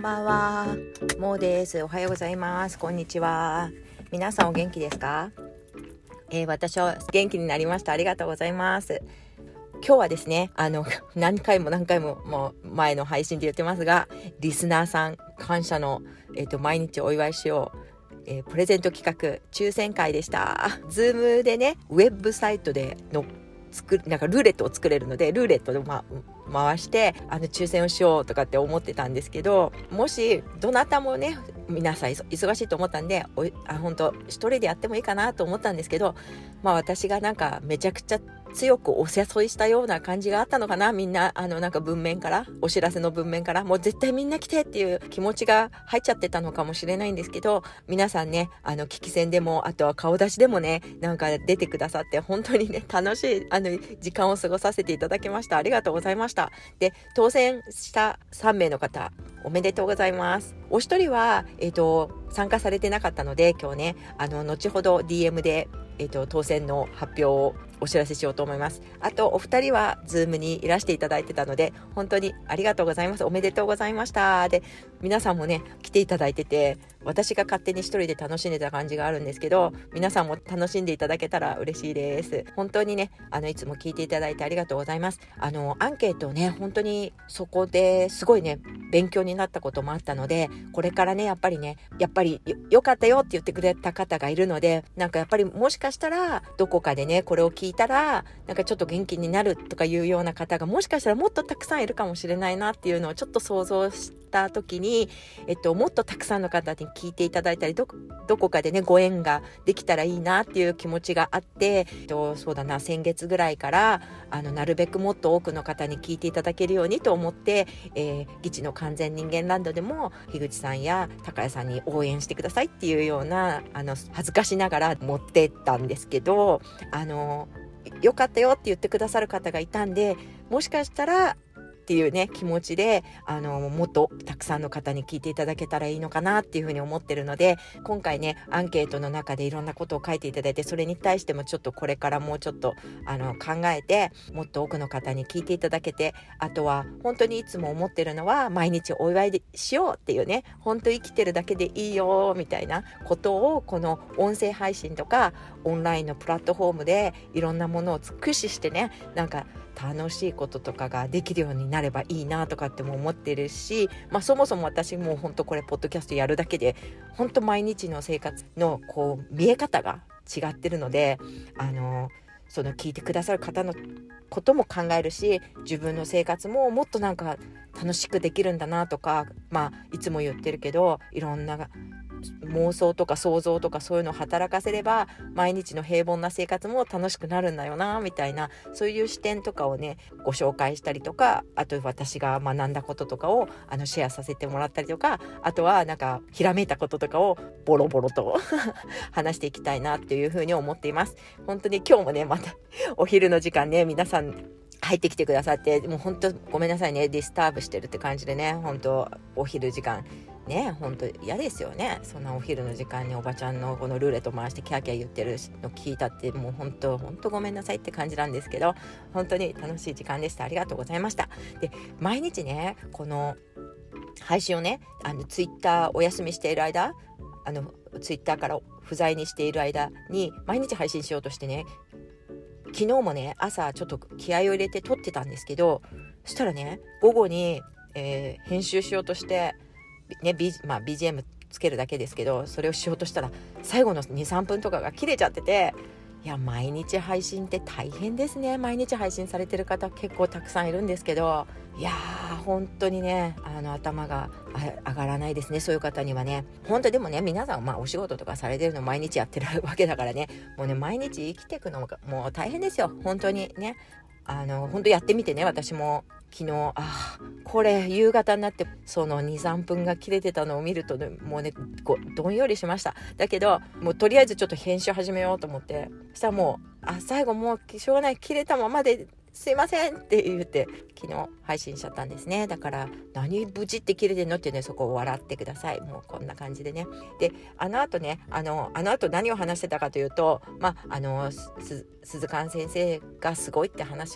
んばんは、もうです。おはようございます。こんにちは。皆さんお元気ですか？私は元気になりました。ありがとうございます。今日はですね、何回ももう前の配信で言ってますが、リスナーさん感謝の、毎日お祝いしよう、プレゼント企画抽選会でした。ズームでね、ウェブサイトでなんかルーレットを作れるので、ルーレットで回して抽選をしようとかって思ってたんですけど、もしどなたもね、皆さん忙しいと思ったんで、本当一人でやってもいいかなと思ったんですけど、私がなんかめちゃくちゃ強くお誘いしたような感じがあったのかな。みんななんか文面から、お知らせの文面からもう絶対みんな来てっていう気持ちが入っちゃってたのかもしれないんですけど、皆さんね、聞き戦でも、あとは顔出しでもね、なんか出てくださって、本当にね、楽しい時間を過ごさせていただきました。ありがとうございました。で、当選した3名の方、おめでとうございます。お一人は、参加されてなかったので、今日ね、後ほど DM で、当選の発表をお知らせしようと思います。あとお二人はズームにいらしていただいてたので、本当にありがとうございます。おめでとうございました。で、皆さんもね、来ていただいてて、私が勝手に一人で楽しんでた感じがあるんですけど、皆さんも楽しんでいただけたら嬉しいです。本当にね、いつも聞いていただいてありがとうございます。アンケートね、本当にそこですごいね、勉強になったこともあったので、これからね、やっぱりよかったよって言ってくれた方がいるので、なんかやっぱりもしかしたらどこかでね、これを聞いたらなんかちょっと元気になるとかいうような方がもしかしたらもっとたくさんいるかもしれないなっていうのをちょっと想像した時に、もっとたくさんの方に聞いていただいたり、どこかでね、ご縁ができたらいいなっていう気持ちがあって、そうだな、先月ぐらいからなるべくもっと多くの方に聞いていただけるようにと思って、ギチの完全人間ランドでも樋口さんや高谷さんに応援してくださいっていうような恥ずかしながら持ってったんですけど、よかったよって言ってくださる方がいたんで、もしかしたらっていうね、気持ちでもっとたくさんの方に聞いていただけたらいいのかなっていうふうに思ってるので、今回ね、アンケートの中でいろんなことを書いていただいて、それに対してもちょっとこれからもうちょっと考えて、もっと多くの方に聞いていただけて、あとは本当にいつも思ってるのは、毎日お祝いしようっていうね、本当生きてるだけでいいよみたいなことを、この音声配信とかオンラインのプラットフォームでいろんなものを駆使してね、なんか楽しいこととかができるようになればいいなとかっても思ってるし、そもそも私も本当これポッドキャストやるだけで本当毎日の生活のこう見え方が違ってるので、その聞いてくださる方のことも考えるし、自分の生活ももっとなんか楽しくできるんだなとか、いつも言ってるけど、いろんな妄想とか想像とかそういうのを働かせれば毎日の平凡な生活も楽しくなるんだよなみたいな、そういう視点とかをね、ご紹介したりとか、あと私が学んだこととかをシェアさせてもらったりとか、あとはなんかひらめいたこととかをボロボロと話していきたいなっていうふうに思っています。本当に今日もね、またお昼の時間ね、皆さん入ってきてくださって、もう本当ごめんなさいね、ディスターブしてるって感じでね、本当お昼時間ね、本当嫌ですよね。そんなお昼の時間におばちゃんのこのルーレット回してキャーキャー言ってるの聞いたって、もう本当ごめんなさいって感じなんですけど、本当に楽しい時間でした。ありがとうございました。で、毎日ね、この配信をね、ツイッターお休みしている間、ツイッターから不在にしている間に毎日配信しようとしてね、昨日もね、朝ちょっと気合を入れて撮ってたんですけど、そしたらね、午後に、編集しようとしてね、BGM つけるだけですけど、それをしようとしたら最後の 2,3 分とかが切れちゃってて、いや、毎日配信って大変ですね。毎日配信されてる方結構たくさんいるんですけど、いやー本当にね、頭が上がらないですね、そういう方にはね。本当でもね、皆さんお仕事とかされてるの毎日やってるわけだからね、もうね、毎日生きていくのもう大変ですよ、本当にね。本当やってみてね、私も昨日これ夕方になってその 2,3 分が切れてたのを見るとね、もうねどんよりしました。だけどもうとりあえずちょっと編集始めようと思って、そしたらもう最後もうしょうがない、切れたままですいませんって言って昨日配信しちゃったんですね。だから何ブチって切れてんのってね、そこを笑ってください。もうこんな感じでね。で、後ね、後何を話してたかというと、鈴鹿先生がすごいって話を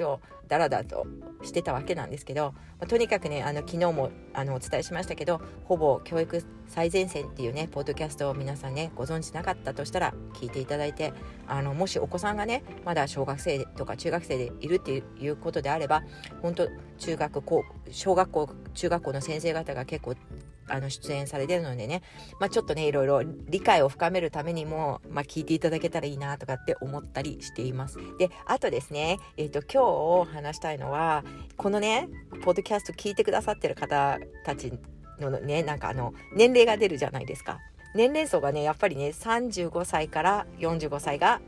ダラダラとしてたわけなんですけど、とにかくね昨日もお伝えしましたけど、ほぼ教育最前線っていうねポッドキャストを皆さんねご存知なかったとしたら聞いていただいて、もしお子さんがねまだ小学生とか中学生でいるっていうことであれば、本当小学校中学校の先生方が結構出演されてるのでね、ちょっとねいろいろ理解を深めるためにも、聞いていただけたらいいなとかって思ったりしています。で、あとですね、今日話したいのは、このねポッドキャスト聞いてくださってる方たちのね、年齢が出るじゃないですか。年齢層がねやっぱりね35歳から45歳が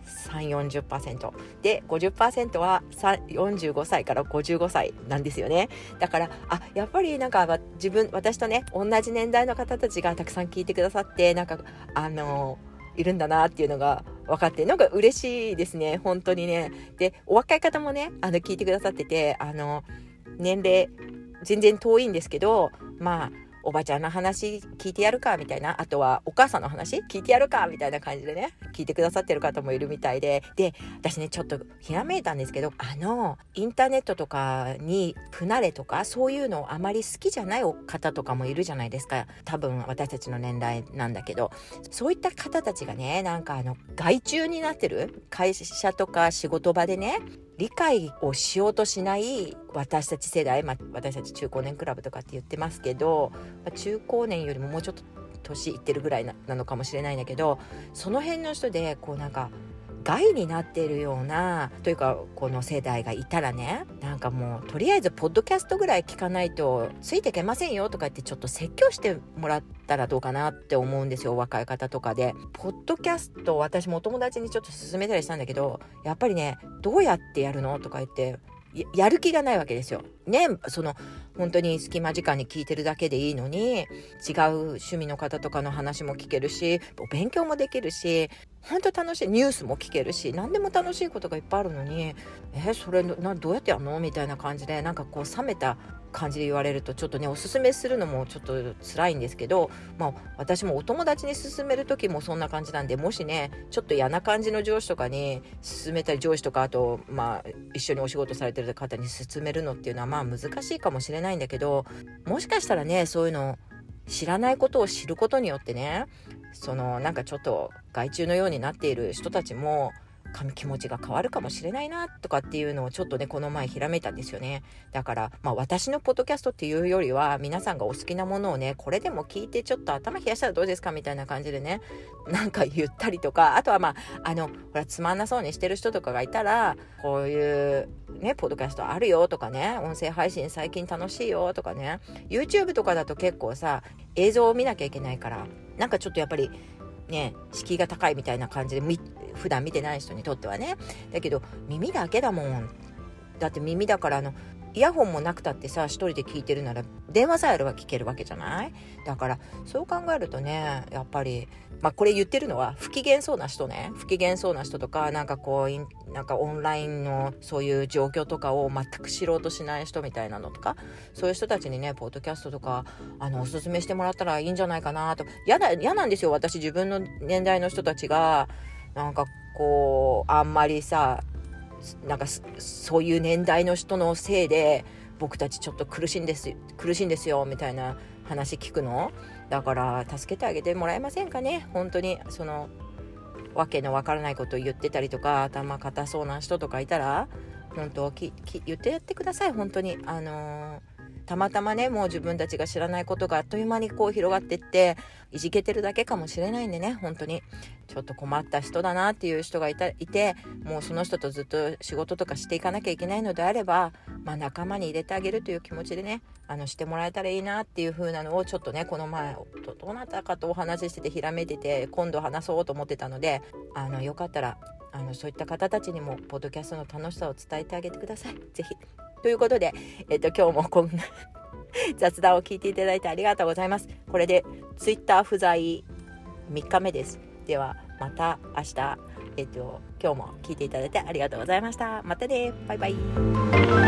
30-40% で 50% は45歳から55歳なんですよね。だからやっぱり私とね同じ年代の方たちがたくさん聞いてくださって、いるんだなっていうのが分かって、嬉しいですね、本当にね。で、お若い方もね聞いてくださってて、年齢全然遠いんですけど、おばちゃんの話聞いてやるかみたいな、あとはお母さんの話聞いてやるかみたいな感じでね聞いてくださってる方もいるみたいで、私ねちょっとひらめいたんですけど、インターネットとかに不慣れとかそういうのあまり好きじゃない方とかもいるじゃないですか。多分私たちの年代なんだけど、そういった方たちがね害虫になってる会社とか仕事場でね理解をしようとしない私たち世代、私たち中高年クラブとかって言ってますけど、中高年よりももうちょっと年いってるぐらい なのかもしれないんだけど、その辺の人で害になっているようなというかこの世代がいたらね、もうとりあえずポッドキャストぐらい聞かないとついていけませんよとか言ってちょっと説教してもらったらどうかなって思うんですよ、若い方とかで。ポッドキャスト私もお友達にちょっと勧めたりしたんだけど、やっぱりねどうやってやるのとか言ってやる気がないわけですよね。本当に隙間時間に聞いてるだけでいいのに、違う趣味の方とかの話も聞けるし、お勉強もできるし、本当楽しい、ニュースも聞けるし、何でも楽しいことがいっぱいあるのに、それどうやってやるのみたいな感じで冷めた感じで言われるとちょっとねおすすめするのもちょっと辛いんですけど、私もお友達に勧める時もそんな感じなんで、もしねちょっと嫌な感じの上司とかに勧めたり、上司とかあと一緒にお仕事されてる方に勧めるのっていうのは難しいかもしれないんだけど、もしかしたらねそういうの知らないことを知ることによってね、ちょっと害虫のようになっている人たちも気持ちが変わるかもしれないなとかっていうのをちょっとねこの前ひらめいたんですよね。だから私のポッドキャストっていうよりは、皆さんがお好きなものをねこれでも聞いてちょっと頭冷やしたらどうですかみたいな感じでね言ったりとか、あとはほらつまんなそうにしてる人とかがいたら、こういうねポッドキャストあるよとかね、音声配信最近楽しいよとかね、 YouTube とかだと結構さ映像を見なきゃいけないから、ちょっとやっぱりね敷居が高いみたいな感じで普段見てない人にとってはね。だけど耳だけだもん。だって耳だからイヤホンもなくたってさ、一人で聞いてるなら電話さえあれば聞けるわけじゃない。だからそう考えるとね、やっぱりこれ言ってるのは不機嫌そうな人ね、不機嫌そうな人とかオンラインのそういう状況とかを全く知ろうとしない人みたいなのとか、そういう人たちにねポッドキャストとかおすすめしてもらったらいいんじゃないかなと。嫌なんですよ、私自分の年代の人たちがあんまりさそういう年代の人のせいで僕たちちょっと苦しいんですよみたいな話聞くの。だから助けてあげてもらえませんかね。本当にわけのわからないことを言ってたりとか、頭固そうな人とかいたら本当言ってやってください。本当にたまたまねもう自分たちが知らないことがあっという間に広がっていっていじけてるだけかもしれないんでね、本当にちょっと困った人だなっていう人がいて、もうその人とずっと仕事とかしていかなきゃいけないのであれば、仲間に入れてあげるという気持ちでねしてもらえたらいいなっていう風なのをちょっとねこの前どなたかとお話ししててひらめいてて、今度話そうと思ってたのでよかったらそういった方たちにもポッドキャストの楽しさを伝えてあげてください、ぜひ。ということで、今日もこんな雑談を聞いていただいてありがとうございます。これでツイッター不在3日目です。ではまた明日、今日も聞いていただいてありがとうございました。またね、バイバイ。